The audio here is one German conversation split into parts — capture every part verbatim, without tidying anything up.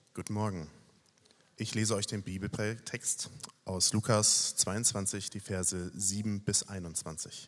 Guten Morgen. Ich lese euch den Bibeltext aus Lukas zweiundzwanzig, die Verse sieben bis einundzwanzig.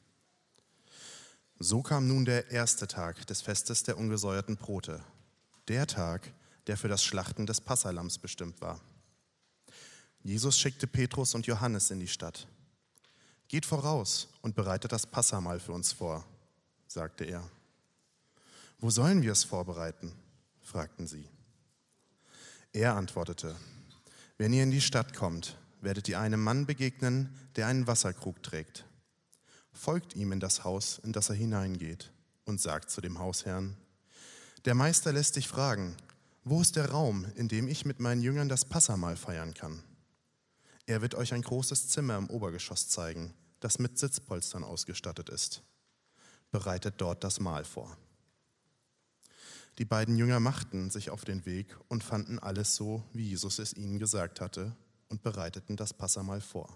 So kam nun der erste Tag des Festes der ungesäuerten Brote, der Tag, der für das Schlachten des Passalamms bestimmt war. Jesus schickte Petrus und Johannes in die Stadt. Geht voraus und bereitet das Passamahl für uns vor, sagte er. Wo sollen wir es vorbereiten? Fragten sie. Er antwortete, wenn ihr in die Stadt kommt, werdet ihr einem Mann begegnen, der einen Wasserkrug trägt. Folgt ihm in das Haus, in das er hineingeht, und sagt zu dem Hausherrn, der Meister lässt dich fragen, wo ist der Raum, in dem ich mit meinen Jüngern das Passamahl feiern kann? Er wird euch ein großes Zimmer im Obergeschoss zeigen, das mit Sitzpolstern ausgestattet ist. Bereitet dort das Mahl vor. Die beiden Jünger machten sich auf den Weg und fanden alles so, wie Jesus es ihnen gesagt hatte, und bereiteten das Passamahl vor.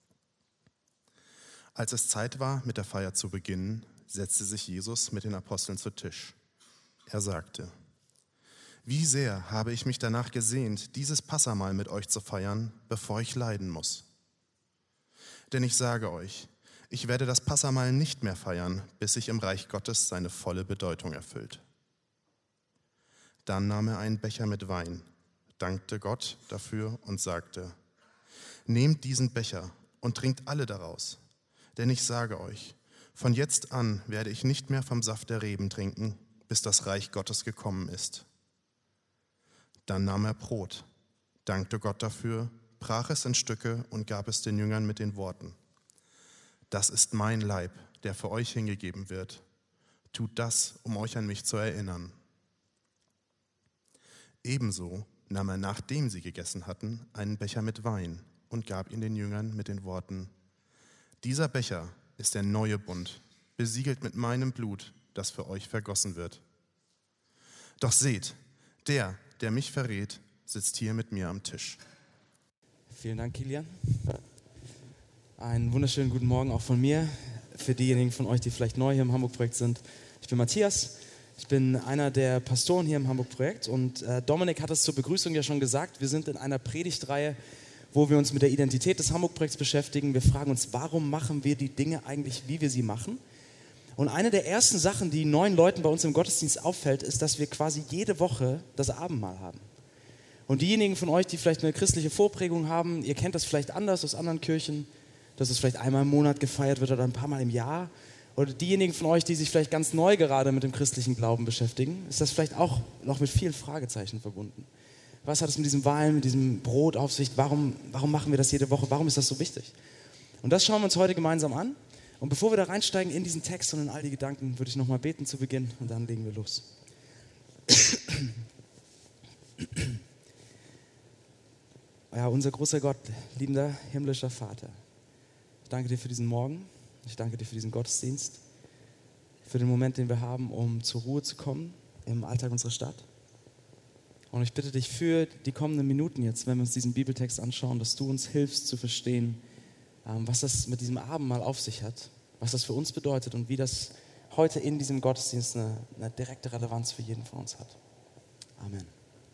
Als es Zeit war, mit der Feier zu beginnen, setzte sich Jesus mit den Aposteln zu Tisch. Er sagte, wie sehr habe ich mich danach gesehnt, dieses Passamahl mit euch zu feiern, bevor ich leiden muss. Denn ich sage euch, ich werde das Passamahl nicht mehr feiern, bis sich im Reich Gottes seine volle Bedeutung erfüllt. Dann nahm er einen Becher mit Wein, dankte Gott dafür und sagte, nehmt diesen Becher und trinkt alle daraus, denn ich sage euch, von jetzt an werde ich nicht mehr vom Saft der Reben trinken, bis das Reich Gottes gekommen ist. Dann nahm er Brot, dankte Gott dafür, brach es in Stücke und gab es den Jüngern mit den Worten, das ist mein Leib, der für euch hingegeben wird. Tut das, um euch an mich zu erinnern. Ebenso nahm er, nachdem sie gegessen hatten, einen Becher mit Wein und gab ihn den Jüngern mit den Worten, dieser Becher ist der neue Bund, besiegelt mit meinem Blut, das für euch vergossen wird. Doch seht, der, der mich verrät, sitzt hier mit mir am Tisch. Vielen Dank, Kilian. Einen wunderschönen guten Morgen auch von mir, für diejenigen von euch, die vielleicht neu hier im Hamburg-Projekt sind. Ich bin Matthias. Ich bin einer der Pastoren hier im Hamburg-Projekt und äh, Dominik hat es zur Begrüßung ja schon gesagt, wir sind in einer Predigtreihe, wo wir uns mit der Identität des Hamburg-Projekts beschäftigen. Wir fragen uns, warum machen wir die Dinge eigentlich, wie wir sie machen? Und eine der ersten Sachen, die neuen Leuten bei uns im Gottesdienst auffällt, ist, dass wir quasi jede Woche das Abendmahl haben. Und diejenigen von euch, die vielleicht eine christliche Vorprägung haben, ihr kennt das vielleicht anders aus anderen Kirchen, dass es vielleicht einmal im Monat gefeiert wird oder ein paar Mal im Jahr. Oder diejenigen von euch, die sich vielleicht ganz neu gerade mit dem christlichen Glauben beschäftigen, ist das vielleicht auch noch mit vielen Fragezeichen verbunden. Was hat es mit diesem Wein, mit diesem Brot auf sich? Warum, warum machen wir das jede Woche? Warum ist das so wichtig? Und das schauen wir uns heute gemeinsam an. Und bevor wir da reinsteigen in diesen Text und in all die Gedanken, würde ich nochmal beten zu Beginn und dann legen wir los. Ja, unser großer Gott, liebender himmlischer Vater, ich danke dir für diesen Morgen. Ich danke dir für diesen Gottesdienst, für den Moment, den wir haben, um zur Ruhe zu kommen im Alltag unserer Stadt. Und ich bitte dich für die kommenden Minuten jetzt, wenn wir uns diesen Bibeltext anschauen, dass du uns hilfst zu verstehen, was das mit diesem Abendmahl auf sich hat, was das für uns bedeutet und wie das heute in diesem Gottesdienst eine, eine direkte Relevanz für jeden von uns hat. Amen.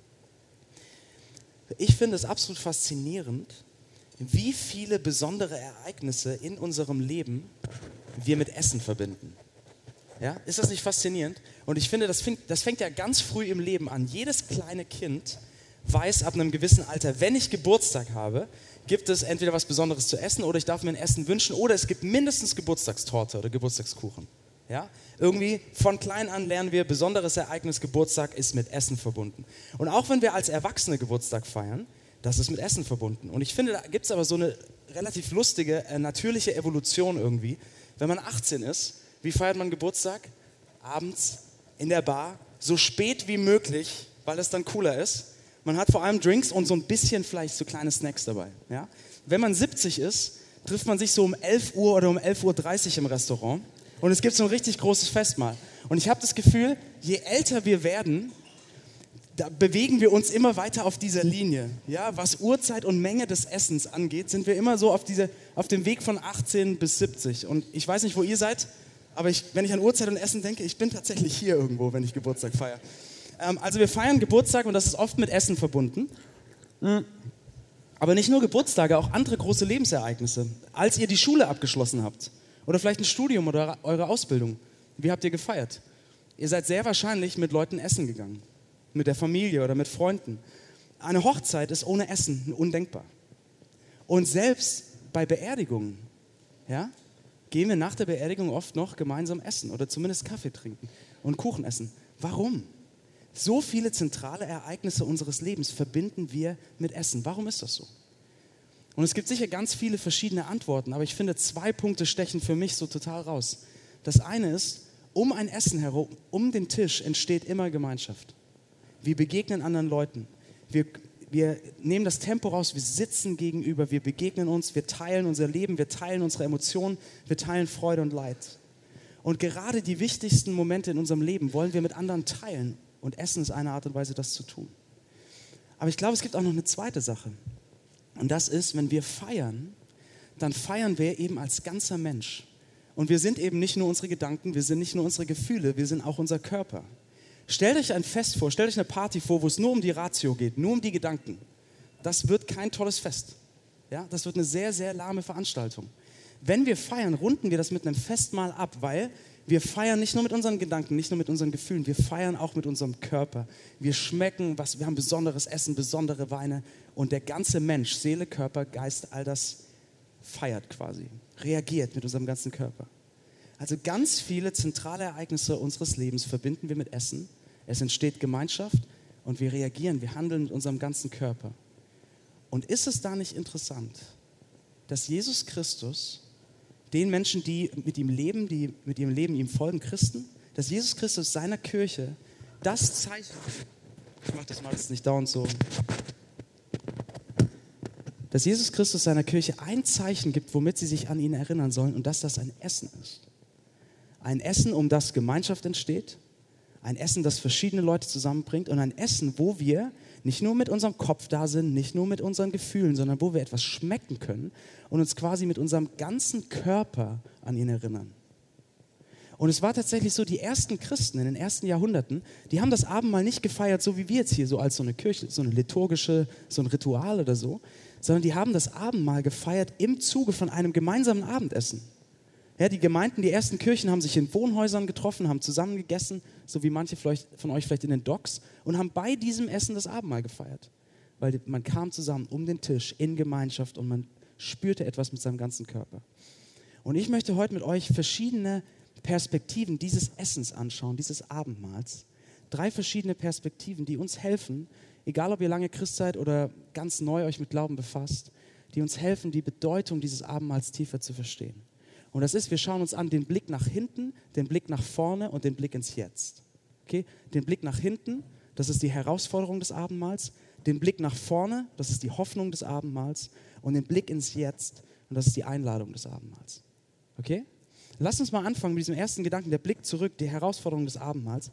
Ich finde es absolut faszinierend, wie viele besondere Ereignisse in unserem Leben wir mit Essen verbinden. Ja? Ist das nicht faszinierend? Und ich finde, das, fängt, das fängt ja ganz früh im Leben an. Jedes kleine Kind weiß ab einem gewissen Alter, wenn ich Geburtstag habe, gibt es entweder was Besonderes zu essen oder ich darf mir ein Essen wünschen oder es gibt mindestens Geburtstagstorte oder Geburtstagskuchen. Ja? Irgendwie von klein an lernen wir, besonderes Ereignis, Geburtstag ist mit Essen verbunden. Und auch wenn wir als Erwachsene Geburtstag feiern, das ist mit Essen verbunden. Und ich finde, da gibt es aber so eine relativ lustige, äh, natürliche Evolution irgendwie. Wenn man achtzehn ist, wie feiert man Geburtstag? Abends in der Bar, so spät wie möglich, weil das dann cooler ist. Man hat vor allem Drinks und so ein bisschen vielleicht so kleine Snacks dabei. Ja? Wenn man siebzig ist, trifft man sich so um elf Uhr oder um elf Uhr dreißig im Restaurant und es gibt so ein richtig großes Festmahl. Und ich habe das Gefühl, je älter wir werden, da bewegen wir uns immer weiter auf dieser Linie. Ja, was Uhrzeit und Menge des Essens angeht, sind wir immer so auf, diese, auf dem Weg von achtzehn bis siebzig. Und ich weiß nicht, wo ihr seid, aber ich, wenn ich an Uhrzeit und Essen denke, ich bin tatsächlich hier irgendwo, wenn ich Geburtstag feiere. Ähm, also wir feiern Geburtstag und das ist oft mit Essen verbunden. Aber nicht nur Geburtstage, auch andere große Lebensereignisse. Als ihr die Schule abgeschlossen habt oder vielleicht ein Studium oder eure Ausbildung, wie habt ihr gefeiert? Ihr seid sehr wahrscheinlich mit Leuten essen gegangen, mit der Familie oder mit Freunden. Eine Hochzeit ist ohne Essen undenkbar. Und selbst bei Beerdigungen, ja, gehen wir nach der Beerdigung oft noch gemeinsam essen oder zumindest Kaffee trinken und Kuchen essen. Warum? So viele zentrale Ereignisse unseres Lebens verbinden wir mit Essen. Warum ist das so? Und es gibt sicher ganz viele verschiedene Antworten, aber ich finde, zwei Punkte stechen für mich so total raus. Das eine ist, um ein Essen herum, um den Tisch entsteht immer Gemeinschaft. Wir begegnen anderen Leuten. Wir, wir nehmen das Tempo raus, wir sitzen gegenüber, wir begegnen uns, wir teilen unser Leben, wir teilen unsere Emotionen, wir teilen Freude und Leid. Und gerade die wichtigsten Momente in unserem Leben wollen wir mit anderen teilen. Und Essen ist eine Art und Weise, das zu tun. Aber ich glaube, es gibt auch noch eine zweite Sache. Und das ist, wenn wir feiern, dann feiern wir eben als ganzer Mensch. Und wir sind eben nicht nur unsere Gedanken, wir sind nicht nur unsere Gefühle, wir sind auch unser Körper. Stellt euch ein Fest vor, stellt euch eine Party vor, wo es nur um die Ratio geht, nur um die Gedanken. Das wird kein tolles Fest. Ja, das wird eine sehr, sehr lahme Veranstaltung. Wenn wir feiern, runden wir das mit einem Festmahl ab, weil wir feiern nicht nur mit unseren Gedanken, nicht nur mit unseren Gefühlen, wir feiern auch mit unserem Körper. Wir schmecken, was, wir haben besonderes Essen, besondere Weine und der ganze Mensch, Seele, Körper, Geist, all das feiert quasi, reagiert mit unserem ganzen Körper. Also ganz viele zentrale Ereignisse unseres Lebens verbinden wir mit Essen. Es entsteht Gemeinschaft und wir reagieren, wir handeln mit unserem ganzen Körper. Und ist es da nicht interessant, dass Jesus Christus den Menschen, die mit ihm leben, die mit ihrem Leben ihm folgen, Christen, dass Jesus Christus seiner Kirche das Zeichen, ich mach das mal, das ist nicht dauernd so, dass Jesus Christus seiner Kirche ein Zeichen gibt, womit sie sich an ihn erinnern sollen und dass das ein Essen ist. Ein Essen, um das Gemeinschaft entsteht, ein Essen, das verschiedene Leute zusammenbringt und ein Essen, wo wir nicht nur mit unserem Kopf da sind, nicht nur mit unseren Gefühlen, sondern wo wir etwas schmecken können und uns quasi mit unserem ganzen Körper an ihn erinnern. Und es war tatsächlich so, die ersten Christen in den ersten Jahrhunderten, die haben das Abendmahl nicht gefeiert, so wie wir jetzt hier, so als so eine Kirche, so eine liturgische, so ein Ritual oder so, sondern die haben das Abendmahl gefeiert im Zuge von einem gemeinsamen Abendessen. Ja, die Gemeinden, die ersten Kirchen haben sich in Wohnhäusern getroffen, haben zusammen gegessen, so wie manche von euch vielleicht in den Docks, und haben bei diesem Essen das Abendmahl gefeiert. Weil man kam zusammen um den Tisch in Gemeinschaft und man spürte etwas mit seinem ganzen Körper. Und ich möchte heute mit euch verschiedene Perspektiven dieses Essens anschauen, dieses Abendmahls. Drei verschiedene Perspektiven, die uns helfen, egal ob ihr lange Christ seid oder ganz neu euch mit Glauben befasst, die uns helfen, die Bedeutung dieses Abendmahls tiefer zu verstehen. Und das ist, wir schauen uns an den Blick nach hinten, den Blick nach vorne und den Blick ins Jetzt. Okay? Den Blick nach hinten, das ist die Herausforderung des Abendmahls. Den Blick nach vorne, das ist die Hoffnung des Abendmahls. Und den Blick ins Jetzt, und das ist die Einladung des Abendmahls. Okay? Lass uns mal anfangen mit diesem ersten Gedanken, der Blick zurück, die Herausforderung des Abendmahls.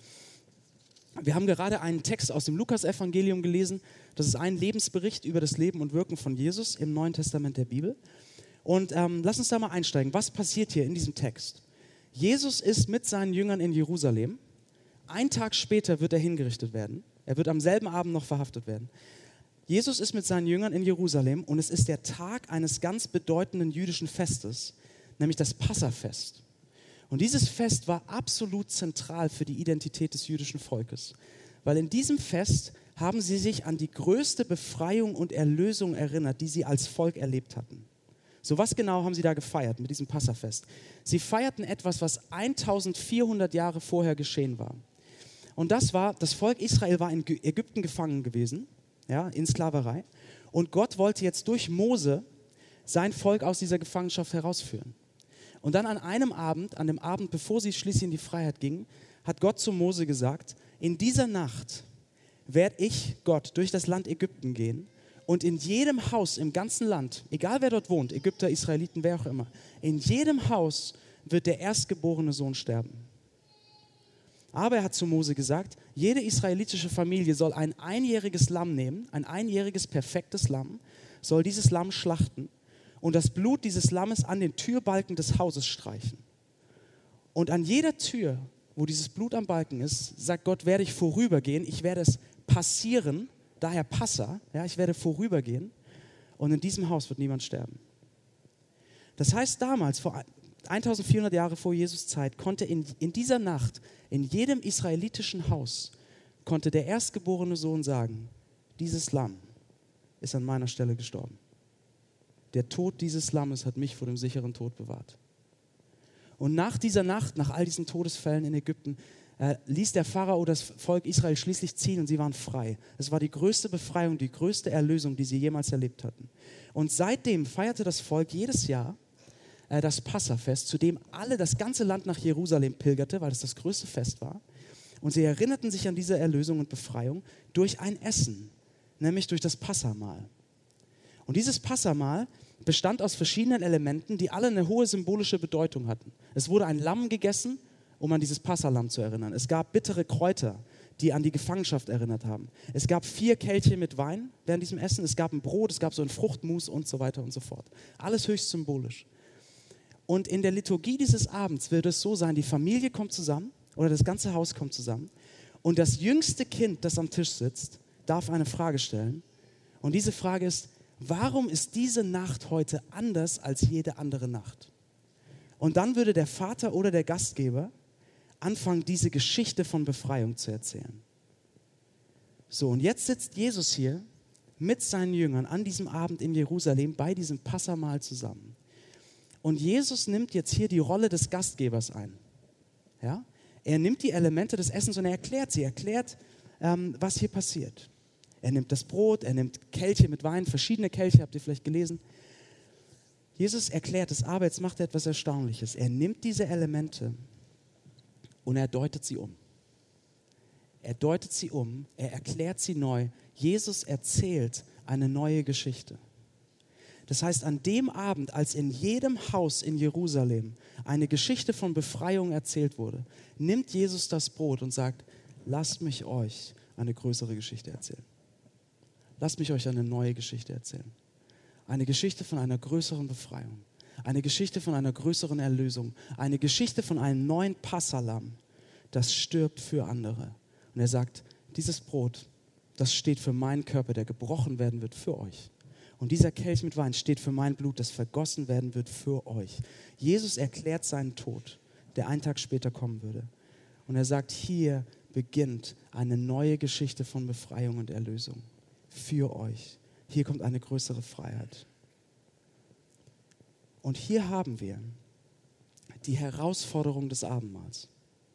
Wir haben gerade einen Text aus dem Lukas-Evangelium gelesen. Das ist ein Lebensbericht über das Leben und Wirken von Jesus im Neuen Testament der Bibel. Und ähm, lass uns da mal einsteigen. Was passiert hier in diesem Text? Jesus ist mit seinen Jüngern in Jerusalem. Ein Tag später wird er hingerichtet werden. Er wird am selben Abend noch verhaftet werden. Jesus ist mit seinen Jüngern in Jerusalem und es ist der Tag eines ganz bedeutenden jüdischen Festes, nämlich das Passafest. Und dieses Fest war absolut zentral für die Identität des jüdischen Volkes, weil in diesem Fest haben sie sich an die größte Befreiung und Erlösung erinnert, die sie als Volk erlebt hatten. So, was genau haben sie da gefeiert mit diesem Passafest? Sie feierten etwas, was eintausendvierhundert Jahre vorher geschehen war. Und das war, das Volk Israel war in Ägypten gefangen gewesen, ja, in Sklaverei. Und Gott wollte jetzt durch Mose sein Volk aus dieser Gefangenschaft herausführen. Und dann an einem Abend, an dem Abend, bevor sie schließlich in die Freiheit gingen, hat Gott zu Mose gesagt, in dieser Nacht werde ich, Gott, durch das Land Ägypten gehen und in jedem Haus im ganzen Land, egal wer dort wohnt, Ägypter, Israeliten, wer auch immer, in jedem Haus wird der erstgeborene Sohn sterben. Aber er hat zu Mose gesagt, jede israelitische Familie soll ein einjähriges Lamm nehmen, ein einjähriges perfektes Lamm, soll dieses Lamm schlachten und das Blut dieses Lammes an den Türbalken des Hauses streichen. Und an jeder Tür wo dieses Blut am Balken ist, sagt Gott, werde ich vorübergehen, ich werde es passieren, daher Passa, ja, ich werde vorübergehen und in diesem Haus wird niemand sterben. Das heißt, damals, vor eintausendvierhundert Jahre vor Jesus Zeit, konnte in, in dieser Nacht in jedem israelitischen Haus, konnte der erstgeborene Sohn sagen, dieses Lamm ist an meiner Stelle gestorben. Der Tod dieses Lammes hat mich vor dem sicheren Tod bewahrt. Und nach dieser Nacht, nach all diesen Todesfällen in Ägypten, äh, ließ der Pharao das Volk Israel schließlich ziehen und sie waren frei. Es war die größte Befreiung, die größte Erlösung, die sie jemals erlebt hatten. Und seitdem feierte das Volk jedes Jahr äh, das Passafest, zu dem alle, das ganze Land nach Jerusalem pilgerte, weil es das größte Fest war. Und sie erinnerten sich an diese Erlösung und Befreiung durch ein Essen, nämlich durch das Passamahl. Und dieses Passamahl bestand aus verschiedenen Elementen, die alle eine hohe symbolische Bedeutung hatten. Es wurde ein Lamm gegessen, um an dieses Passalamm zu erinnern. Es gab bittere Kräuter, die an die Gefangenschaft erinnert haben. Es gab vier Kelche mit Wein während diesem Essen. Es gab ein Brot, es gab so ein Fruchtmus und so weiter und so fort. Alles höchst symbolisch. Und in der Liturgie dieses Abends wird es so sein, die Familie kommt zusammen oder das ganze Haus kommt zusammen und das jüngste Kind, das am Tisch sitzt, darf eine Frage stellen. Und diese Frage ist, warum ist diese Nacht heute anders als jede andere Nacht? Und dann würde der Vater oder der Gastgeber anfangen, diese Geschichte von Befreiung zu erzählen. So, und jetzt sitzt Jesus hier mit seinen Jüngern an diesem Abend in Jerusalem bei diesem Passamahl zusammen. Und Jesus nimmt jetzt hier die Rolle des Gastgebers ein. Ja? Er nimmt die Elemente des Essens und er erklärt sie, er erklärt, ähm, was hier passiert. Er nimmt das Brot, er nimmt Kelche mit Wein, verschiedene Kelche, habt ihr vielleicht gelesen. Jesus erklärt es, aber jetzt macht er etwas Erstaunliches. Er nimmt diese Elemente und er deutet sie um. Er deutet sie um, er erklärt sie neu. Jesus erzählt eine neue Geschichte. Das heißt, an dem Abend, als in jedem Haus in Jerusalem eine Geschichte von Befreiung erzählt wurde, nimmt Jesus das Brot und sagt, lasst mich euch eine größere Geschichte erzählen. Lasst mich euch eine neue Geschichte erzählen. Eine Geschichte von einer größeren Befreiung. Eine Geschichte von einer größeren Erlösung. Eine Geschichte von einem neuen Passalamm, das stirbt für andere. Und er sagt, dieses Brot, das steht für meinen Körper, der gebrochen werden wird für euch. Und dieser Kelch mit Wein steht für mein Blut, das vergossen werden wird für euch. Jesus erklärt seinen Tod, der einen Tag später kommen würde. Und er sagt, hier beginnt eine neue Geschichte von Befreiung und Erlösung. Für euch. Hier kommt eine größere Freiheit. Und hier haben wir die Herausforderung des Abendmahls.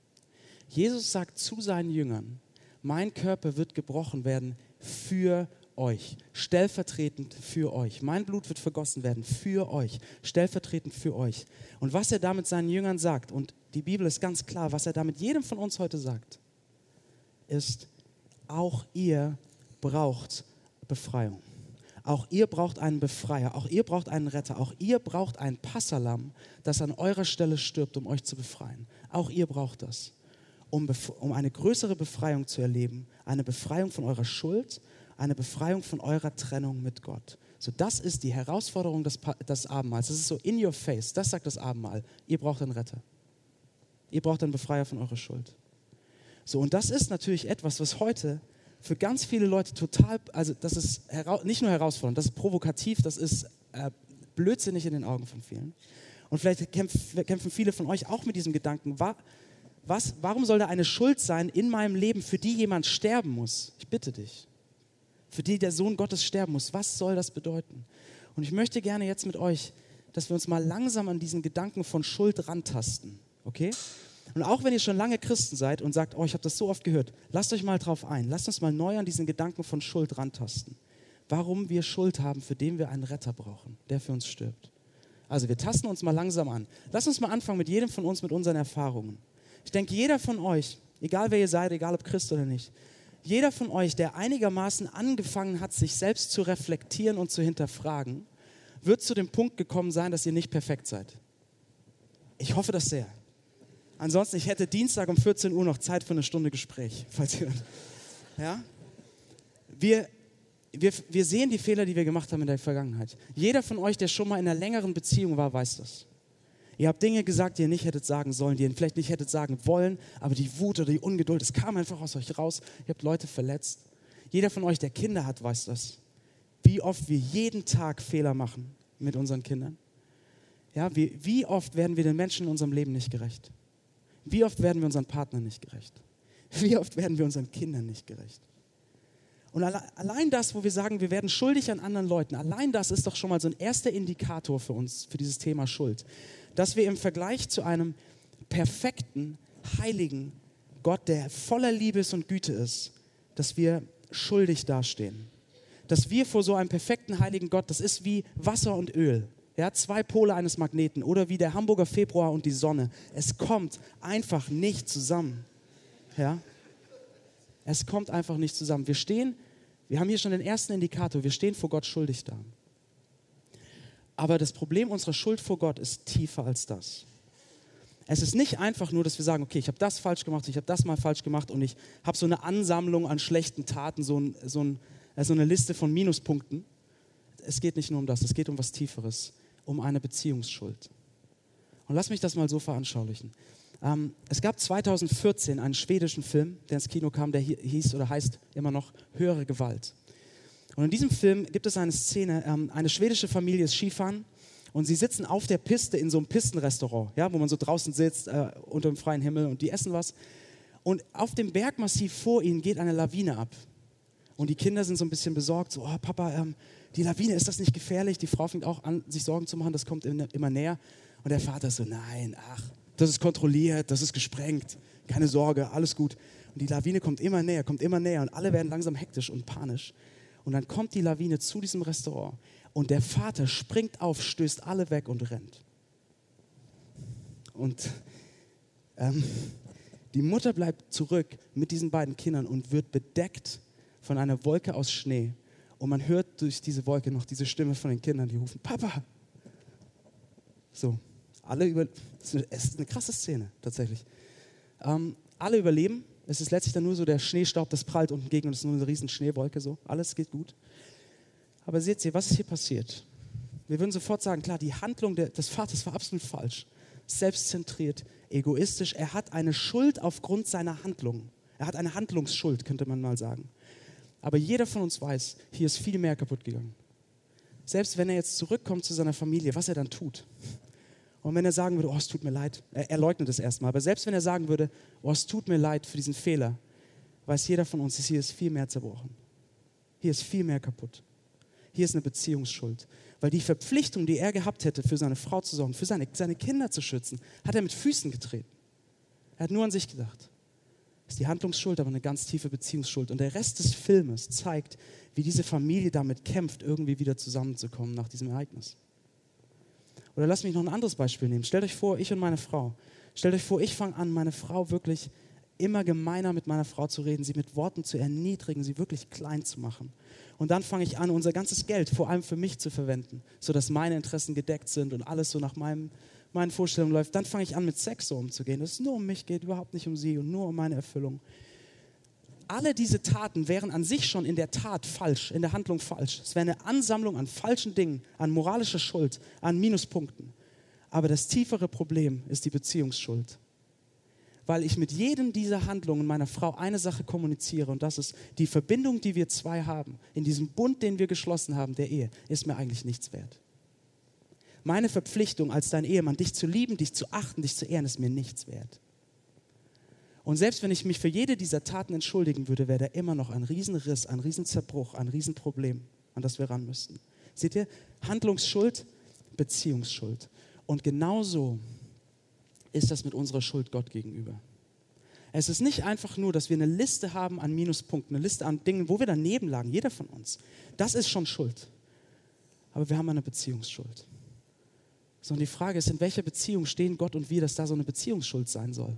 Jesus sagt zu seinen Jüngern, mein Körper wird gebrochen werden für euch, stellvertretend für euch. Mein Blut wird vergossen werden für euch, stellvertretend für euch. Und was er damit seinen Jüngern sagt, und die Bibel ist ganz klar, was er damit jedem von uns heute sagt, ist, auch ihr braucht Befreiung. Auch ihr braucht einen Befreier, auch ihr braucht einen Retter, auch ihr braucht ein Passalamm, das an eurer Stelle stirbt, um euch zu befreien. Auch ihr braucht das, um, bef- um eine größere Befreiung zu erleben, eine Befreiung von eurer Schuld, eine Befreiung von eurer Trennung mit Gott. So, das ist die Herausforderung des, pa- des Abendmahls. Das ist so in your face, das sagt das Abendmahl. Ihr braucht einen Retter. Ihr braucht einen Befreier von eurer Schuld. So, und das ist natürlich etwas, was heute für ganz viele Leute total, also das ist hera- nicht nur herausfordernd, das ist provokativ, das ist äh, blödsinnig in den Augen von vielen. Und vielleicht kämpf, kämpfen viele von euch auch mit diesem Gedanken, wa, was, warum soll da eine Schuld sein in meinem Leben, für die jemand sterben muss? Ich bitte dich. Für die der Sohn Gottes sterben muss. Was soll das bedeuten? Und ich möchte gerne jetzt mit euch, dass wir uns mal langsam an diesen Gedanken von Schuld rantasten. Okay? Und auch wenn ihr schon lange Christen seid und sagt, oh, ich habe das so oft gehört, lasst euch mal drauf ein. Lasst uns mal neu an diesen Gedanken von Schuld rantasten. Warum wir Schuld haben, für den wir einen Retter brauchen, der für uns stirbt. Also wir tasten uns mal langsam an. Lasst uns mal anfangen mit jedem von uns, mit unseren Erfahrungen. Ich denke, jeder von euch, egal wer ihr seid, egal ob Christ oder nicht, jeder von euch, der einigermaßen angefangen hat, sich selbst zu reflektieren und zu hinterfragen, wird zu dem Punkt gekommen sein, dass ihr nicht perfekt seid. Ich hoffe das sehr. Ansonsten, ich hätte Dienstag um vierzehn Uhr noch Zeit für eine Stunde Gespräch. Falls ihr, ja? wir, wir, wir sehen die Fehler, die wir gemacht haben in der Vergangenheit. Jeder von euch, der schon mal in einer längeren Beziehung war, weiß das. Ihr habt Dinge gesagt, die ihr nicht hättet sagen sollen, die ihr vielleicht nicht hättet sagen wollen, aber die Wut oder die Ungeduld, es kam einfach aus euch raus. Ihr habt Leute verletzt. Jeder von euch, der Kinder hat, weiß das. Wie oft wir jeden Tag Fehler machen mit unseren Kindern. Ja, wie, wie oft werden wir den Menschen in unserem Leben nicht gerecht? Wie oft werden wir unseren Partnern nicht gerecht? Wie oft werden wir unseren Kindern nicht gerecht? Und allein das, wo wir sagen, wir werden schuldig an anderen Leuten, allein das ist doch schon mal so ein erster Indikator für uns, für dieses Thema Schuld. Dass wir im Vergleich zu einem perfekten, heiligen Gott, der voller Liebe und Güte ist, dass wir schuldig dastehen. Dass wir vor so einem perfekten, heiligen Gott, das ist wie Wasser und Öl. Ja, zwei Pole eines Magneten oder wie der Hamburger Februar und die Sonne. Es kommt einfach nicht zusammen. Ja? Es kommt einfach nicht zusammen. Wir stehen, wir haben hier schon den ersten Indikator, wir stehen vor Gott schuldig da. Aber das Problem unserer Schuld vor Gott ist tiefer als das. Es ist nicht einfach nur, dass wir sagen, okay, ich habe das falsch gemacht, ich habe das mal falsch gemacht und ich habe so eine Ansammlung an schlechten Taten, so, ein, so, ein, so eine Liste von Minuspunkten. Es geht nicht nur um das, es geht um was Tieferes. Um eine Beziehungsschuld. Und lass mich das mal so veranschaulichen. Ähm, es gab zweitausendvierzehn einen schwedischen Film, der ins Kino kam, der hieß oder heißt immer noch Höhere Gewalt. Und in diesem Film gibt es eine Szene, ähm, eine schwedische Familie ist Skifahren und sie sitzen auf der Piste in so einem Pistenrestaurant, ja, wo man so draußen sitzt, äh, unter dem freien Himmel und die essen was. Und auf dem Bergmassiv vor ihnen geht eine Lawine ab. Und die Kinder sind so ein bisschen besorgt, so, oh Papa, ähm, die Lawine, ist das nicht gefährlich? Die Frau fängt auch an, sich Sorgen zu machen, das kommt immer näher. Und der Vater so, nein, ach, das ist kontrolliert, das ist gesprengt, keine Sorge, alles gut. Und die Lawine kommt immer näher, kommt immer näher und alle werden langsam hektisch und panisch. Und dann kommt die Lawine zu diesem Restaurant und der Vater springt auf, stößt alle weg und rennt. Und ähm, die Mutter bleibt zurück mit diesen beiden Kindern und wird bedeckt von einer Wolke aus Schnee. Und man hört durch diese Wolke noch diese Stimme von den Kindern, die rufen, Papa. So, alle über, es ist eine krasse Szene tatsächlich. Ähm, alle überleben, es ist letztlich dann nur so der Schneestaub, das prallt unten gegen und es ist nur eine riesen Schneewolke, so, alles geht gut. Aber seht ihr, was ist hier passiert? Wir würden sofort sagen, klar, die Handlung des Vaters war absolut falsch, selbstzentriert, egoistisch. Er hat eine Schuld aufgrund seiner Handlung. Er hat eine Handlungsschuld, könnte man mal sagen. Aber jeder von uns weiß, hier ist viel mehr kaputt gegangen. Selbst wenn er jetzt zurückkommt zu seiner Familie, was er dann tut. Und wenn er sagen würde, oh, es tut mir leid, er, er leugnet es erstmal, aber selbst wenn er sagen würde, oh, es tut mir leid für diesen Fehler, weiß jeder von uns, hier ist viel mehr zerbrochen. Hier ist viel mehr kaputt. Hier ist eine Beziehungsschuld. Weil die Verpflichtung, die er gehabt hätte, für seine Frau zu sorgen, für seine, seine Kinder zu schützen, hat er mit Füßen getreten. Er hat nur an sich gedacht. Das ist die Handlungsschuld, aber eine ganz tiefe Beziehungsschuld. Und der Rest des Filmes zeigt, wie diese Familie damit kämpft, irgendwie wieder zusammenzukommen nach diesem Ereignis. Oder lasst mich noch ein anderes Beispiel nehmen. Stellt euch vor, ich und meine Frau. Stellt euch vor, ich fange an, meine Frau wirklich immer gemeiner mit meiner Frau zu reden, sie mit Worten zu erniedrigen, sie wirklich klein zu machen. Und dann fange ich an, unser ganzes Geld vor allem für mich zu verwenden, sodass meine Interessen gedeckt sind und alles so nach meinem meinen Vorstellungen läuft, dann fange ich an, mit Sex so umzugehen, dass es nur um mich geht, überhaupt nicht um sie und nur um meine Erfüllung. Alle diese Taten wären an sich schon in der Tat falsch, in der Handlung falsch. Es wäre eine Ansammlung an falschen Dingen, an moralischer Schuld, an Minuspunkten. Aber das tiefere Problem ist die Beziehungsschuld. Weil ich mit jedem dieser Handlungen meiner Frau eine Sache kommuniziere und das ist, die Verbindung, die wir zwei haben, in diesem Bund, den wir geschlossen haben, der Ehe, ist mir eigentlich nichts wert. Meine Verpflichtung als dein Ehemann, dich zu lieben, dich zu achten, dich zu ehren, ist mir nichts wert. Und selbst wenn ich mich für jede dieser Taten entschuldigen würde, wäre da immer noch ein Riesenriss, ein Riesenzerbruch, ein Riesenproblem, an das wir ran müssten. Seht ihr? Handlungsschuld, Beziehungsschuld. Und genauso ist das mit unserer Schuld Gott gegenüber. Es ist nicht einfach nur, dass wir eine Liste haben an Minuspunkten, eine Liste an Dingen, wo wir daneben lagen, jeder von uns. Das ist schon Schuld. Aber wir haben eine Beziehungsschuld. So, und die Frage ist, in welcher Beziehung stehen Gott und wir, dass da so eine Beziehungsschuld sein soll?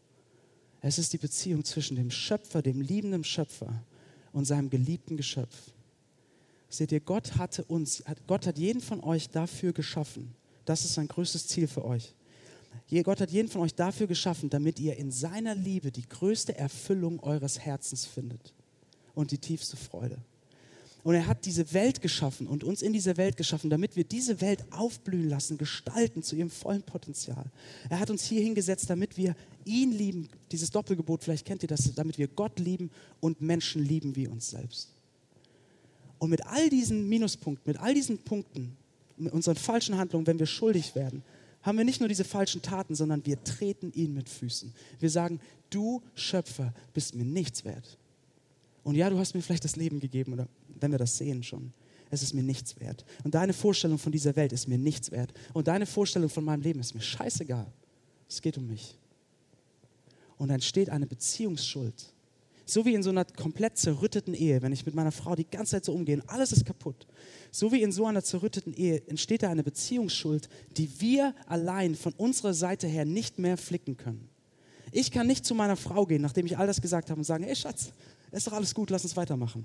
Es ist die Beziehung zwischen dem Schöpfer, dem liebenden Schöpfer und seinem geliebten Geschöpf. Seht ihr, Gott hatte uns, Gott hat jeden von euch dafür geschaffen. Das ist sein größtes Ziel für euch. Gott hat jeden von euch dafür geschaffen, damit ihr in seiner Liebe die größte Erfüllung eures Herzens findet und die tiefste Freude. Und er hat diese Welt geschaffen und uns in dieser Welt geschaffen, damit wir diese Welt aufblühen lassen, gestalten zu ihrem vollen Potenzial. Er hat uns hier hingesetzt, damit wir ihn lieben, dieses Doppelgebot, vielleicht kennt ihr das, damit wir Gott lieben und Menschen lieben wie uns selbst. Und mit all diesen Minuspunkten, mit all diesen Punkten, mit unseren falschen Handlungen, wenn wir schuldig werden, haben wir nicht nur diese falschen Taten, sondern wir treten ihn mit Füßen. Wir sagen, du Schöpfer bist mir nichts wert. Und ja, du hast mir vielleicht das Leben gegeben, oder wenn wir das sehen schon, es ist mir nichts wert. Und deine Vorstellung von dieser Welt ist mir nichts wert. Und deine Vorstellung von meinem Leben ist mir scheißegal. Es geht um mich. Und dann entsteht eine Beziehungsschuld. So wie in so einer komplett zerrütteten Ehe, wenn ich mit meiner Frau die ganze Zeit so umgehe und alles ist kaputt. So wie in so einer zerrütteten Ehe entsteht da eine Beziehungsschuld, die wir allein von unserer Seite her nicht mehr flicken können. Ich kann nicht zu meiner Frau gehen, nachdem ich all das gesagt habe und sagen, hey Schatz, ist doch alles gut, lass uns weitermachen.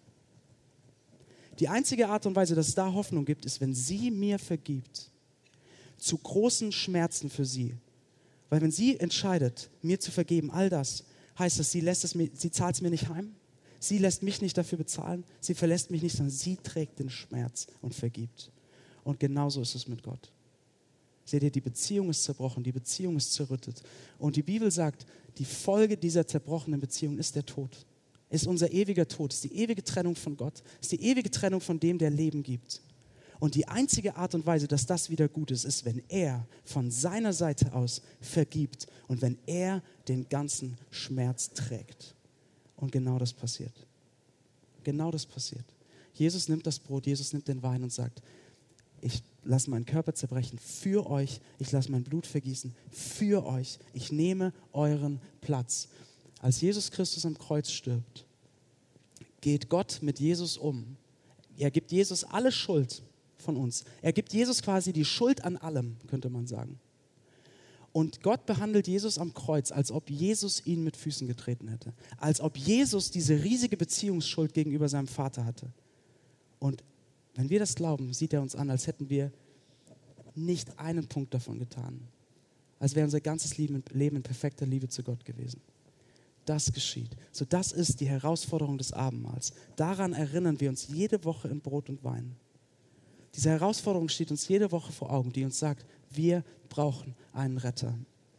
Die einzige Art und Weise, dass es da Hoffnung gibt, ist, wenn sie mir vergibt, zu großen Schmerzen für sie. Weil wenn sie entscheidet, mir zu vergeben, all das, heißt das, sie, lässt es mir, sie zahlt es mir nicht heim, sie lässt mich nicht dafür bezahlen, sie verlässt mich nicht, sondern sie trägt den Schmerz und vergibt. Und genauso ist es mit Gott. Seht ihr, die Beziehung ist zerbrochen, die Beziehung ist zerrüttet. Und die Bibel sagt, die Folge dieser zerbrochenen Beziehung ist der Tod. Ist unser ewiger Tod, ist die ewige Trennung von Gott, ist die ewige Trennung von dem, der Leben gibt. Und die einzige Art und Weise, dass das wieder gut ist, ist, wenn er von seiner Seite aus vergibt und wenn er den ganzen Schmerz trägt. Und genau das passiert. Genau das passiert. Jesus nimmt das Brot, Jesus nimmt den Wein und sagt, ich lasse meinen Körper zerbrechen für euch, ich lasse mein Blut vergießen für euch, ich nehme euren Platz. Als Jesus Christus am Kreuz stirbt, geht Gott mit Jesus um. Er gibt Jesus alle Schuld von uns. Er gibt Jesus quasi die Schuld an allem, könnte man sagen. Und Gott behandelt Jesus am Kreuz, als ob Jesus ihn mit Füßen getreten hätte. Als ob Jesus diese riesige Beziehungsschuld gegenüber seinem Vater hatte. Und wenn wir das glauben, sieht er uns an, als hätten wir nicht einen Punkt davon getan. Als wäre unser ganzes Leben in perfekter Liebe zu Gott gewesen. Das geschieht. So, das ist die Herausforderung des Abendmahls. Daran erinnern wir uns jede Woche in Brot und Wein. Diese Herausforderung steht uns jede Woche vor Augen, die uns sagt, wir brauchen einen Retter.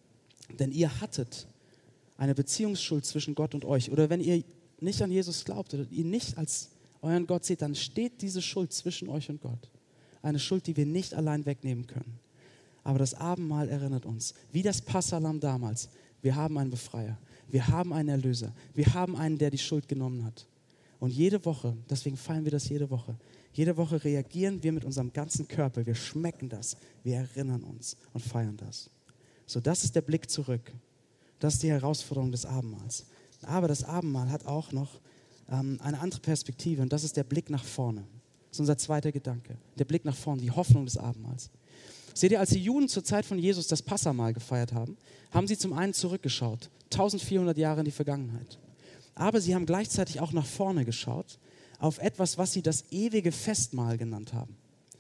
Denn ihr hattet eine Beziehungsschuld zwischen Gott und euch. Oder wenn ihr nicht an Jesus glaubt oder ihn nicht als euren Gott seht, dann steht diese Schuld zwischen euch und Gott. Eine Schuld, die wir nicht allein wegnehmen können. Aber das Abendmahl erinnert uns, wie das Passahlamm damals, wir haben einen Befreier. Wir haben einen Erlöser. Wir haben einen, der die Schuld genommen hat. Und jede Woche, deswegen feiern wir das jede Woche, jede Woche reagieren wir mit unserem ganzen Körper. Wir schmecken das. Wir erinnern uns und feiern das. So, das ist der Blick zurück. Das ist die Herausforderung des Abendmahls. Aber das Abendmahl hat auch noch ähm, eine andere Perspektive und das ist der Blick nach vorne. Das ist unser zweiter Gedanke. Der Blick nach vorne, die Hoffnung des Abendmahls. Seht ihr, als die Juden zur Zeit von Jesus das Passahmahl gefeiert haben, haben sie zum einen zurückgeschaut, eintausendvierhundert Jahre in die Vergangenheit. Aber sie haben gleichzeitig auch nach vorne geschaut, auf etwas, was sie das ewige Festmahl genannt haben.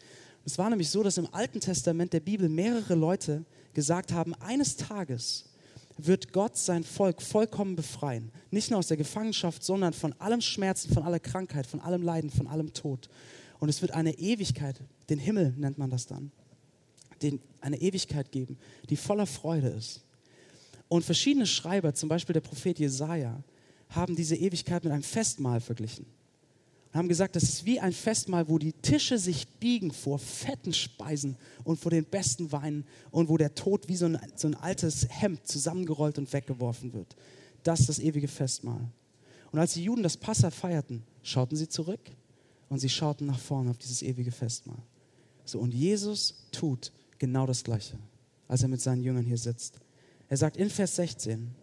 Es war nämlich so, dass im Alten Testament der Bibel mehrere Leute gesagt haben, eines Tages wird Gott sein Volk vollkommen befreien. Nicht nur aus der Gefangenschaft, sondern von allem Schmerzen, von aller Krankheit, von allem Leiden, von allem Tod. Und es wird eine Ewigkeit, den Himmel nennt man das dann, den, eine Ewigkeit geben, die voller Freude ist. Und verschiedene Schreiber, zum Beispiel der Prophet Jesaja, haben diese Ewigkeit mit einem Festmahl verglichen. Und haben gesagt, das ist wie ein Festmahl, wo die Tische sich biegen vor fetten Speisen und vor den besten Weinen und wo der Tod wie so ein, so ein altes Hemd zusammengerollt und weggeworfen wird. Das ist das ewige Festmahl. Und als die Juden das Passa feierten, schauten sie zurück und sie schauten nach vorne auf dieses ewige Festmahl. So, und Jesus tut genau das Gleiche, als er mit seinen Jüngern hier sitzt. Er sagt in Vers sechzehn,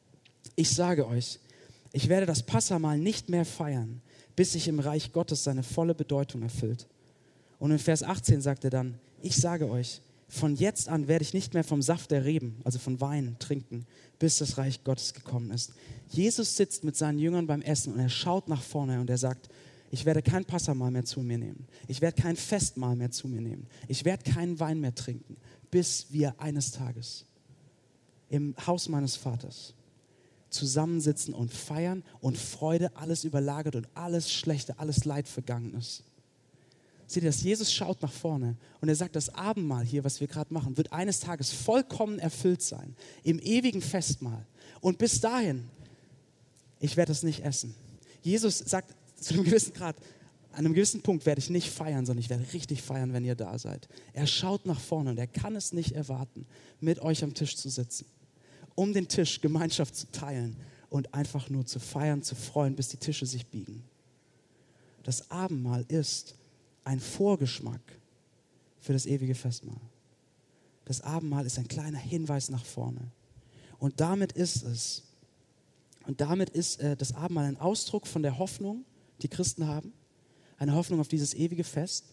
ich sage euch, ich werde das Passahmahl nicht mehr feiern, bis sich im Reich Gottes seine volle Bedeutung erfüllt. Und in Vers achtzehn sagt er dann, ich sage euch, von jetzt an werde ich nicht mehr vom Saft der Reben, also von Wein, trinken, bis das Reich Gottes gekommen ist. Jesus sitzt mit seinen Jüngern beim Essen und er schaut nach vorne und er sagt, ich werde kein Passahmahl mehr zu mir nehmen. Ich werde kein Festmahl mehr zu mir nehmen. Ich werde keinen Wein mehr trinken, bis wir eines Tages im Haus meines Vaters zusammensitzen und feiern und Freude alles überlagert und alles Schlechte, alles Leid vergangen ist. Seht ihr das? Jesus schaut nach vorne und er sagt, das Abendmahl hier, was wir gerade machen, wird eines Tages vollkommen erfüllt sein, im ewigen Festmahl. Und bis dahin, ich werde es nicht essen. Jesus sagt zu einem gewissen Grad, an einem gewissen Punkt werde ich nicht feiern, sondern ich werde richtig feiern, wenn ihr da seid. Er schaut nach vorne und er kann es nicht erwarten, mit euch am Tisch zu sitzen, um den Tisch Gemeinschaft zu teilen und einfach nur zu feiern, zu freuen, bis die Tische sich biegen. Das Abendmahl ist ein Vorgeschmack für das ewige Festmahl. Das Abendmahl ist ein kleiner Hinweis nach vorne. Und damit ist es, und damit ist äh, das Abendmahl ein Ausdruck von der Hoffnung, die Christen haben, eine Hoffnung auf dieses ewige Fest.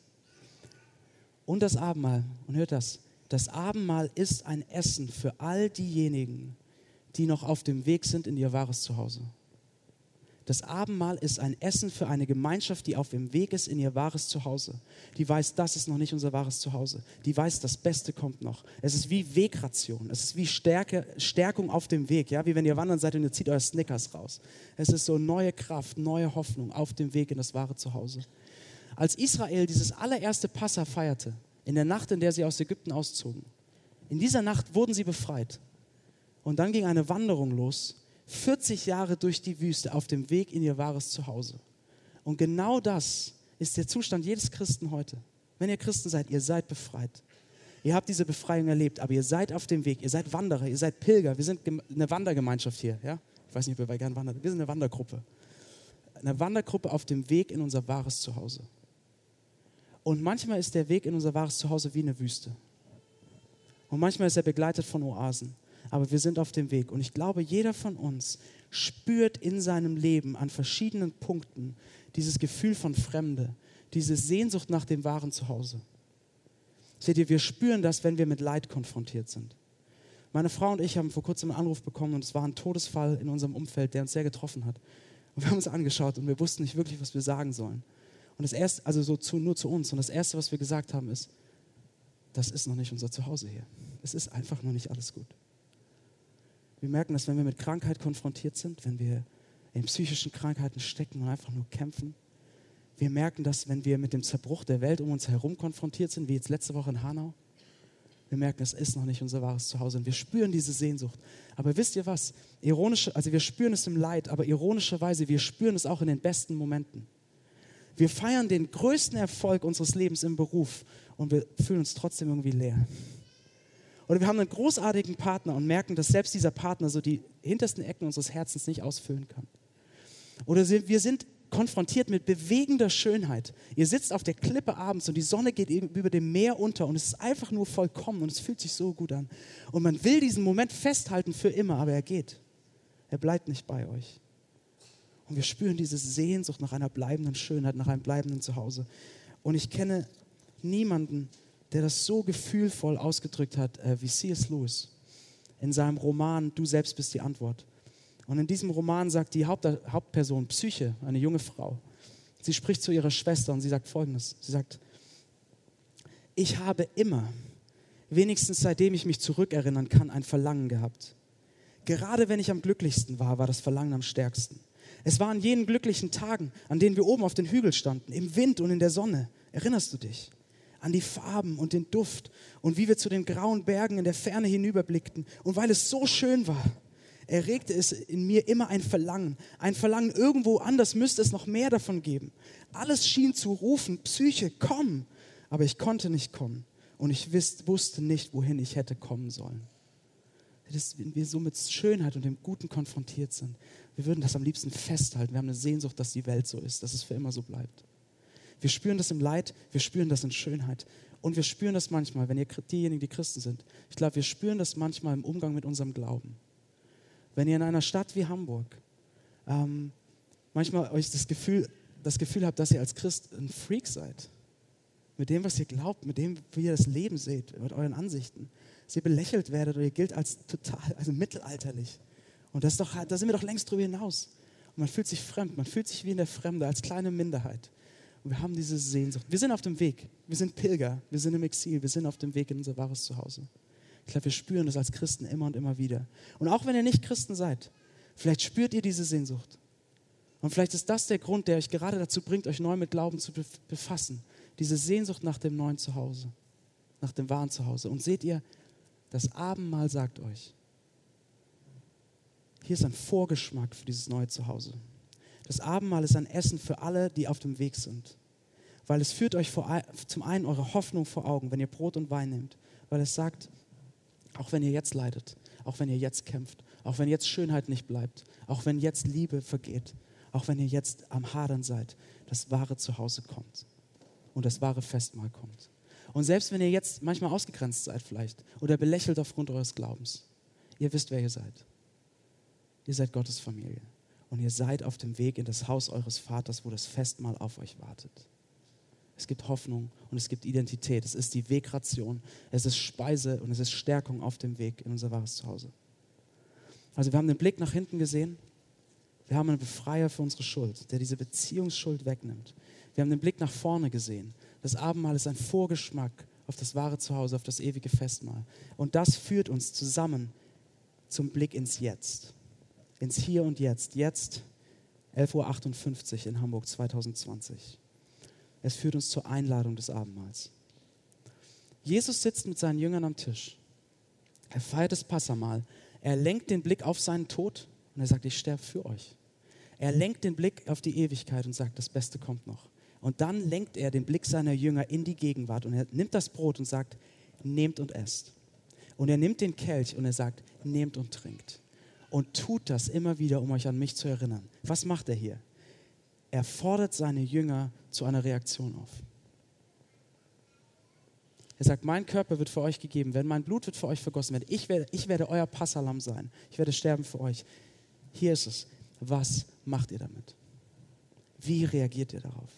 Und das Abendmahl, und hört das, das Abendmahl ist ein Essen für all diejenigen, die noch auf dem Weg sind in ihr wahres Zuhause. Das Abendmahl ist ein Essen für eine Gemeinschaft, die auf dem Weg ist in ihr wahres Zuhause. Die weiß, das ist noch nicht unser wahres Zuhause. Die weiß, das Beste kommt noch. Es ist wie Wegration. Es ist wie Stärke, Stärkung auf dem Weg. Ja? Wie wenn ihr wandern seid und ihr zieht euer Snickers raus. Es ist so neue Kraft, neue Hoffnung auf dem Weg in das wahre Zuhause. Als Israel dieses allererste Passa feierte, in der Nacht, in der sie aus Ägypten auszogen, in dieser Nacht wurden sie befreit. Und dann ging eine Wanderung los, vierzig Jahre durch die Wüste auf dem Weg in ihr wahres Zuhause. Und genau das ist der Zustand jedes Christen heute. Wenn ihr Christen seid, ihr seid befreit. Ihr habt diese Befreiung erlebt, aber ihr seid auf dem Weg. Ihr seid Wanderer, ihr seid Pilger. Wir sind eine Wandergemeinschaft hier. Ja? Ich weiß nicht, ob ihr gerne wandert. Wir sind eine Wandergruppe. Eine Wandergruppe auf dem Weg in unser wahres Zuhause. Und manchmal ist der Weg in unser wahres Zuhause wie eine Wüste. Und manchmal ist er begleitet von Oasen. Aber wir sind auf dem Weg. Und ich glaube, jeder von uns spürt in seinem Leben an verschiedenen Punkten dieses Gefühl von Fremde, diese Sehnsucht nach dem wahren Zuhause. Seht ihr, wir spüren das, wenn wir mit Leid konfrontiert sind. Meine Frau und ich haben vor kurzem einen Anruf bekommen und es war ein Todesfall in unserem Umfeld, der uns sehr getroffen hat. Und wir haben uns angeschaut und wir wussten nicht wirklich, was wir sagen sollen. Und das erste, also so zu, nur zu uns. Und das Erste, was wir gesagt haben, ist, das ist noch nicht unser Zuhause hier. Es ist einfach noch nicht alles gut. Wir merken das, wenn wir mit Krankheit konfrontiert sind, wenn wir in psychischen Krankheiten stecken und einfach nur kämpfen. Wir merken das, wenn wir mit dem Zerbruch der Welt um uns herum konfrontiert sind, wie jetzt letzte Woche in Hanau. Wir merken, es ist noch nicht unser wahres Zuhause und wir spüren diese Sehnsucht. Aber wisst ihr was? Ironische, also wir spüren es im Leid, aber ironischerweise, wir spüren es auch in den besten Momenten. Wir feiern den größten Erfolg unseres Lebens im Beruf und wir fühlen uns trotzdem irgendwie leer. Oder wir haben einen großartigen Partner und merken, dass selbst dieser Partner so die hintersten Ecken unseres Herzens nicht ausfüllen kann. Oder wir sind konfrontiert mit bewegender Schönheit. Ihr sitzt auf der Klippe abends und die Sonne geht über dem Meer unter und es ist einfach nur vollkommen und es fühlt sich so gut an. Und man will diesen Moment festhalten für immer, aber er geht. Er bleibt nicht bei euch. Und wir spüren diese Sehnsucht nach einer bleibenden Schönheit, nach einem bleibenden Zuhause. Und ich kenne niemanden, der das so gefühlvoll ausgedrückt hat äh, wie C S Lewis in seinem Roman Du selbst bist die Antwort. Und in diesem Roman sagt die Haupt- Hauptperson Psyche, eine junge Frau, sie spricht zu ihrer Schwester und sie sagt Folgendes. Sie sagt, ich habe immer, wenigstens seitdem ich mich zurückerinnern kann, ein Verlangen gehabt. Gerade wenn ich am glücklichsten war, war das Verlangen am stärksten. Es war an jenen glücklichen Tagen, an denen wir oben auf den Hügeln standen, im Wind und in der Sonne. Erinnerst du dich? An die Farben und den Duft und wie wir zu den grauen Bergen in der Ferne hinüberblickten. Und weil es so schön war, erregte es in mir immer ein Verlangen. Ein Verlangen, irgendwo anders müsste es noch mehr davon geben. Alles schien zu rufen, Psyche, komm. Aber ich konnte nicht kommen und ich wusste nicht, wohin ich hätte kommen sollen. Das, wenn wir so mit Schönheit und dem Guten konfrontiert sind, wir würden das am liebsten festhalten. Wir haben eine Sehnsucht, dass die Welt so ist, dass es für immer so bleibt. Wir spüren das im Leid, wir spüren das in Schönheit. Und wir spüren das manchmal, wenn ihr diejenigen, die Christen sind, ich glaube, wir spüren das manchmal im Umgang mit unserem Glauben. Wenn ihr in einer Stadt wie Hamburg ähm, manchmal euch das Gefühl, das Gefühl habt, dass ihr als Christ ein Freak seid, mit dem, was ihr glaubt, mit dem, wie ihr das Leben seht, mit euren Ansichten, dass ihr belächelt werdet oder ihr gilt als total, also mittelalterlich. Und das ist doch, da sind wir doch längst drüber hinaus. Und man fühlt sich fremd, man fühlt sich wie in der Fremde, als kleine Minderheit. Und wir haben diese Sehnsucht. Wir sind auf dem Weg. Wir sind Pilger. Wir sind im Exil. Wir sind auf dem Weg in unser wahres Zuhause. Ich glaube, wir spüren das als Christen immer und immer wieder. Und auch wenn ihr nicht Christen seid, Vielleicht spürt ihr diese Sehnsucht. Und vielleicht ist das der Grund, der euch gerade dazu bringt, euch neu mit Glauben zu befassen. Diese Sehnsucht nach dem neuen Zuhause, nach dem wahren Zuhause. Und seht ihr, das Abendmahl sagt euch, hier ist ein Vorgeschmack für dieses neue Zuhause. Das Abendmahl ist ein Essen für alle, die auf dem Weg sind. Weil es führt euch vor, zum einen eure Hoffnung vor Augen, wenn ihr Brot und Wein nehmt. Weil es sagt, auch wenn ihr jetzt leidet, auch wenn ihr jetzt kämpft, auch wenn jetzt Schönheit nicht bleibt, auch wenn jetzt Liebe vergeht, auch wenn ihr jetzt am Hadern seid, das wahre Zuhause kommt und das wahre Festmahl kommt. Und selbst wenn ihr jetzt manchmal ausgegrenzt seid vielleicht oder belächelt aufgrund eures Glaubens, ihr wisst, wer ihr seid. Ihr seid Gottes Familie und ihr seid auf dem Weg in das Haus eures Vaters, wo das Festmahl auf euch wartet. Es gibt Hoffnung und es gibt Identität. Es ist die Wegration, es ist Speise und es ist Stärkung auf dem Weg in unser wahres Zuhause. Also wir haben den Blick nach hinten gesehen. Wir haben einen Befreier für unsere Schuld, der diese Beziehungsschuld wegnimmt. Wir haben den Blick nach vorne gesehen. Das Abendmahl ist ein Vorgeschmack auf das wahre Zuhause, auf das ewige Festmahl. Und das führt uns zusammen zum Blick ins Jetzt, ins Hier und Jetzt. Jetzt elf Uhr achtundfünfzig in Hamburg zwanzig zwanzig. Es führt uns zur Einladung des Abendmahls. Jesus sitzt mit seinen Jüngern am Tisch. Er feiert das Passamahl. Er lenkt den Blick auf seinen Tod und er sagt, ich sterbe für euch. Er lenkt den Blick auf die Ewigkeit und sagt, das Beste kommt noch. Und dann lenkt er den Blick seiner Jünger in die Gegenwart und er nimmt das Brot und sagt, nehmt und esst. Und er nimmt den Kelch und er sagt, nehmt und trinkt. Und tut das immer wieder, um euch an mich zu erinnern. Was macht er hier? Er fordert seine Jünger zu einer Reaktion auf. Er sagt, mein Körper wird für euch gegeben werden, mein Blut wird für euch vergossen werden. Ich werde, ich werde euer Passalam sein. Ich werde sterben für euch. Hier ist es. Was macht ihr damit? Wie reagiert ihr darauf?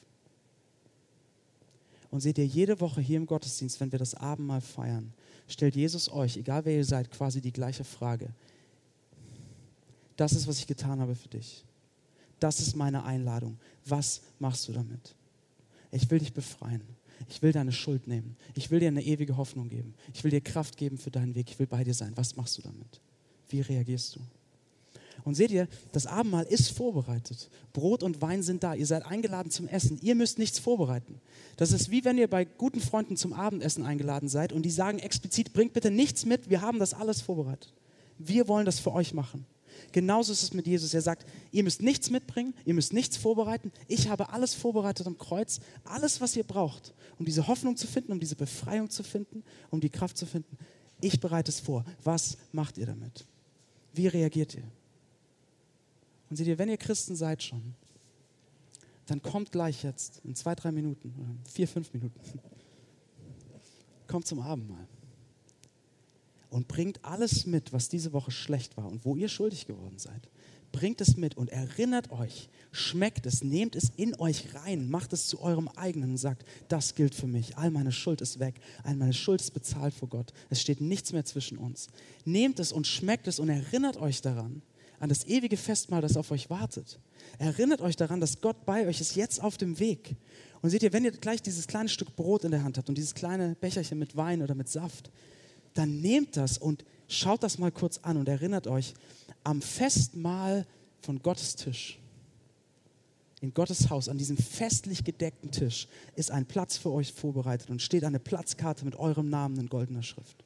Und seht ihr, jede Woche hier im Gottesdienst, wenn wir das Abendmahl feiern, stellt Jesus euch, egal wer ihr seid, quasi die gleiche Frage. Das ist, was ich getan habe für dich. Das ist meine Einladung. Was machst du damit? Ich will dich befreien. Ich will deine Schuld nehmen. Ich will dir eine ewige Hoffnung geben. Ich will dir Kraft geben für deinen Weg. Ich will bei dir sein. Was machst du damit? Wie reagierst du? Und seht ihr, das Abendmahl ist vorbereitet. Brot und Wein sind da. Ihr seid eingeladen zum Essen. Ihr müsst nichts vorbereiten. Das ist wie wenn ihr bei guten Freunden zum Abendessen eingeladen seid und die sagen explizit, bringt bitte nichts mit, wir haben das alles vorbereitet. Wir wollen das für euch machen. Genauso ist es mit Jesus. Er sagt, ihr müsst nichts mitbringen, ihr müsst nichts vorbereiten. Ich habe alles vorbereitet am Kreuz. Alles, was ihr braucht, um diese Hoffnung zu finden, um diese Befreiung zu finden, um die Kraft zu finden. Ich bereite es vor. Was macht ihr damit? Wie reagiert ihr? Und seht ihr, wenn ihr Christen seid schon, dann kommt gleich jetzt in zwei, drei Minuten, oder vier, fünf Minuten, kommt zum Abendmahl. Und bringt alles mit, was diese Woche schlecht war und wo ihr schuldig geworden seid. Bringt es mit und erinnert euch, schmeckt es, nehmt es in euch rein, macht es zu eurem eigenen und sagt, das gilt für mich, all meine Schuld ist weg, all meine Schuld ist bezahlt vor Gott, es steht nichts mehr zwischen uns. Nehmt es und schmeckt es und erinnert euch daran, an das ewige Festmahl, das auf euch wartet. Erinnert euch daran, dass Gott bei euch ist, jetzt auf dem Weg. Und seht ihr, wenn ihr gleich dieses kleine Stück Brot in der Hand habt und dieses kleine Becherchen mit Wein oder mit Saft, dann nehmt das und schaut das mal kurz an und erinnert euch, am Festmahl von Gottes Tisch, in Gottes Haus, an diesem festlich gedeckten Tisch, ist ein Platz für euch vorbereitet und steht eine Platzkarte mit eurem Namen in goldener Schrift.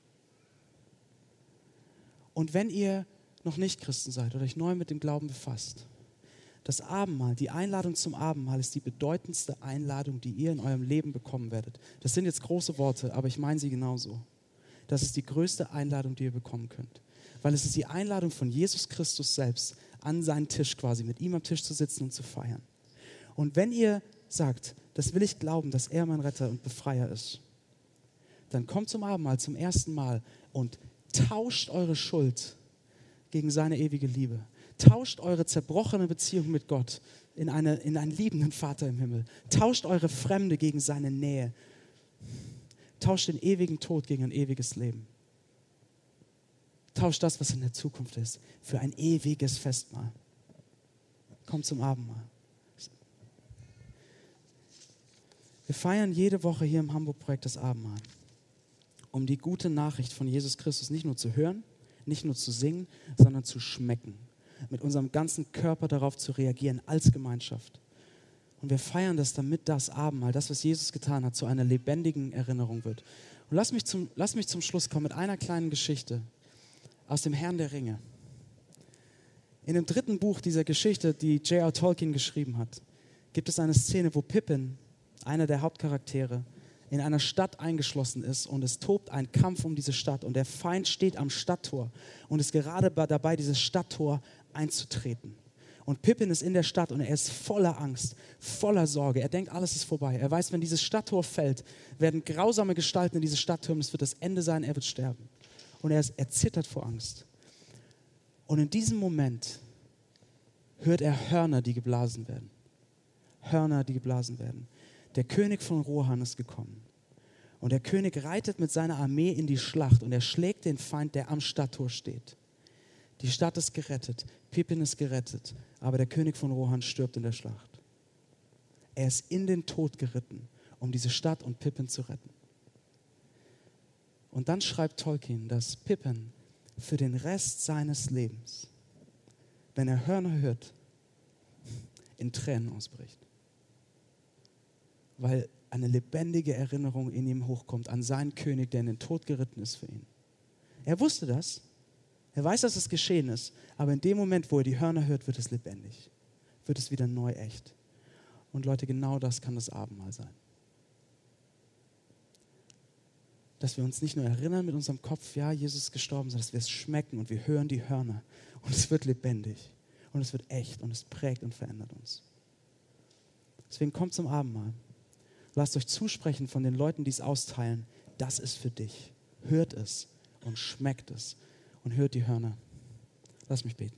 Und wenn ihr noch nicht Christen seid oder euch neu mit dem Glauben befasst, das Abendmahl, die Einladung zum Abendmahl ist die bedeutendste Einladung, die ihr in eurem Leben bekommen werdet. Das sind jetzt große Worte, aber ich meine sie genauso. Das ist die größte Einladung, die ihr bekommen könnt. Weil es ist die Einladung von Jesus Christus selbst, an seinen Tisch quasi, mit ihm am Tisch zu sitzen und zu feiern. Und wenn ihr sagt, das will ich glauben, dass er mein Retter und Befreier ist, dann kommt zum Abendmahl zum ersten Mal und tauscht eure Schuld gegen seine ewige Liebe. Tauscht eure zerbrochene Beziehung mit Gott in, eine, in einen liebenden Vater im Himmel. Tauscht eure Fremde gegen seine Nähe. Tauscht den ewigen Tod gegen ein ewiges Leben. Tauscht das, was in der Zukunft ist, für ein ewiges Festmahl. Kommt zum Abendmahl. Wir feiern jede Woche hier im Hamburg-Projekt das Abendmahl, um die gute Nachricht von Jesus Christus nicht nur zu hören, nicht nur zu singen, sondern zu schmecken. mit unserem ganzen Körper darauf zu reagieren als Gemeinschaft. Und wir feiern das, damit das Abendmahl, das, was Jesus getan hat, zu einer lebendigen Erinnerung wird. Und lass mich zum, lass mich zum Schluss kommen mit einer kleinen Geschichte aus dem Herrn der Ringe. In dem dritten Buch dieser Geschichte, die J R Tolkien geschrieben hat, gibt es eine Szene, wo Pippin, einer der Hauptcharaktere, in einer Stadt eingeschlossen ist und es tobt ein Kampf um diese Stadt und der Feind steht am Stadttor und ist gerade dabei, dieses Stadttor einzutreten. Und Pippin ist in der Stadt und er ist voller Angst, voller Sorge. Er denkt, alles ist vorbei. Er weiß, wenn dieses Stadttor fällt, werden grausame Gestalten in diese Stadt türmen. Es wird das Ende sein, er wird sterben. Und er, ist, er zittert vor Angst. Und in diesem Moment hört er Hörner, die geblasen werden. Hörner, die geblasen werden. Der König von Rohan ist gekommen. Und der König reitet mit seiner Armee in die Schlacht und er schlägt den Feind, der am Stadttor steht. Die Stadt ist gerettet, Pippin ist gerettet, aber der König von Rohan stirbt in der Schlacht. Er ist in den Tod geritten, um diese Stadt und Pippin zu retten. Und dann schreibt Tolkien, dass Pippin für den Rest seines Lebens, wenn er Hörner hört, in Tränen ausbricht. Weil eine lebendige Erinnerung in ihm hochkommt an seinen König, der in den Tod geritten ist für ihn. Er wusste das. Er weiß, dass es geschehen ist. Aber in dem Moment, wo er die Hörner hört, wird es lebendig. Wird es wieder neu echt. Und Leute, genau das kann das Abendmahl sein. Dass wir uns nicht nur erinnern mit unserem Kopf, ja, Jesus ist gestorben, sondern dass wir es schmecken und wir hören die Hörner. Und es wird lebendig. Und es wird echt und es prägt und verändert uns. Deswegen kommt zum Abendmahl. Lasst euch zusprechen von den Leuten, die es austeilen. Das ist für dich. Hört es und schmeckt es und hört die Hörner. Lass mich beten.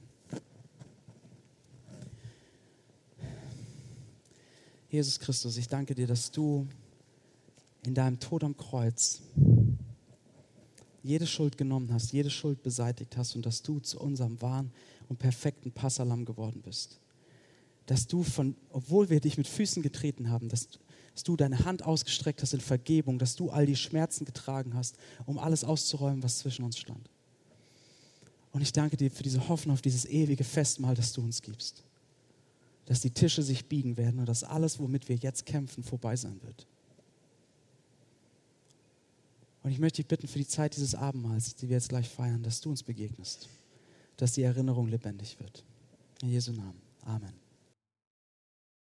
Jesus Christus, ich danke dir, dass du in deinem Tod am Kreuz jede Schuld genommen hast, jede Schuld beseitigt hast und dass du zu unserem wahren und perfekten Passalam geworden bist. Dass du, von, obwohl wir dich mit Füßen getreten haben, dass, dass du deine Hand ausgestreckt hast in Vergebung, dass du all die Schmerzen getragen hast, um alles auszuräumen, was zwischen uns stand. Und ich danke dir für diese Hoffnung auf dieses ewige Festmahl, das du uns gibst. Dass die Tische sich biegen werden und dass alles, womit wir jetzt kämpfen, vorbei sein wird. Und ich möchte dich bitten für die Zeit dieses Abendmahls, die wir jetzt gleich feiern, dass du uns begegnest, dass die Erinnerung lebendig wird. In Jesu Namen. Amen.